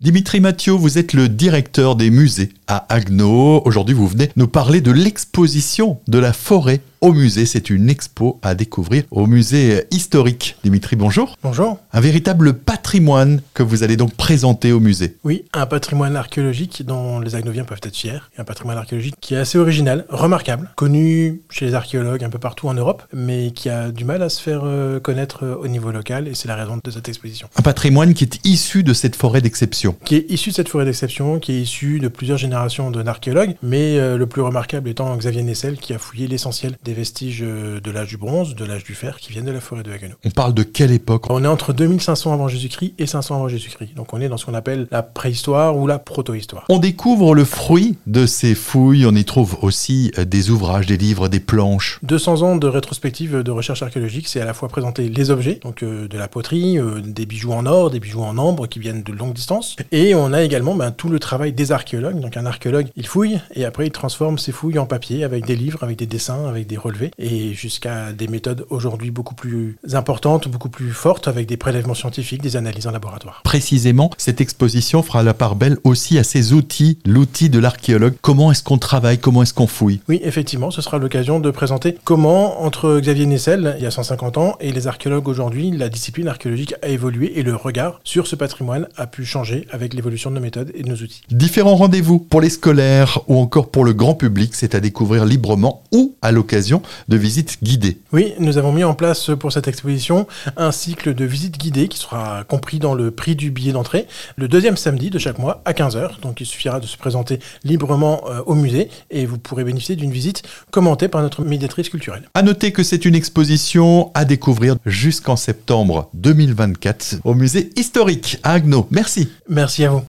Dimitri Mathieu, vous êtes le directeur des musées à Haguenau. Aujourd'hui, vous venez nous parler de l'exposition de la forêt au musée. C'est une expo à découvrir au musée historique. Dimitri, bonjour. Bonjour. Un véritable patrimoine que vous allez donc présenter au musée. Oui, un patrimoine archéologique dont les Haguenoviens peuvent être fiers. Un patrimoine archéologique qui est assez original, remarquable, connu chez les archéologues un peu partout en Europe, mais qui a du mal à se faire connaître au niveau local, et c'est la raison de cette exposition. Un patrimoine qui est issu de cette forêt d'exception. Qui est issu de cette forêt d'exception, qui est issu de plusieurs générations d'archéologues, mais le plus remarquable étant Xavier Nessel, qui a fouillé l'essentiel des vestiges de l'âge du bronze, de l'âge du fer, qui viennent de la forêt de Haguenau. On parle de quelle époque ? On est entre 2500 avant Jésus-Christ et 500 avant Jésus-Christ. Donc on est dans ce qu'on appelle la préhistoire ou la protohistoire. On découvre le fruit de ces fouilles. On y trouve aussi des ouvrages, des livres, des planches. 200 ans de rétrospective de recherche archéologique, c'est à la fois présenter les objets, donc de la poterie, des bijoux en or, des bijoux en ambre qui viennent de longue distance. Et on a également tout le travail des archéologues. Donc un archéologue, il fouille et après il transforme ses fouilles en papier avec des livres, avec des dessins, avec des relevés et jusqu'à des méthodes aujourd'hui beaucoup plus importantes, beaucoup plus fortes avec des prélèvements scientifiques, des analyses en laboratoire. Précisément, cette exposition fera la part belle aussi à ces outils, l'outil de l'archéologue. Comment est-ce qu'on travaille, comment est-ce qu'on fouille ? Oui, effectivement, ce sera l'occasion de présenter comment, entre Xavier Nessel, il y a 150 ans, et les archéologues aujourd'hui, la discipline archéologique a évolué et le regard sur ce patrimoine a pu changer avec l'évolution de nos méthodes et de nos outils. Différents rendez-vous pour les scolaires ou encore pour le grand public, c'est à découvrir librement ou à l'occasion de visites guidées. Oui, nous avons mis en place pour cette exposition un cycle de visites guidées qui sera compris dans le prix du billet d'entrée le deuxième samedi de chaque mois à 15h. Donc il suffira de se présenter librement au musée et vous pourrez bénéficier d'une visite commentée par notre médiatrice culturelle. À noter que c'est une exposition à découvrir jusqu'en septembre 2024 au musée historique à Haguenau. Merci. Merci à vous.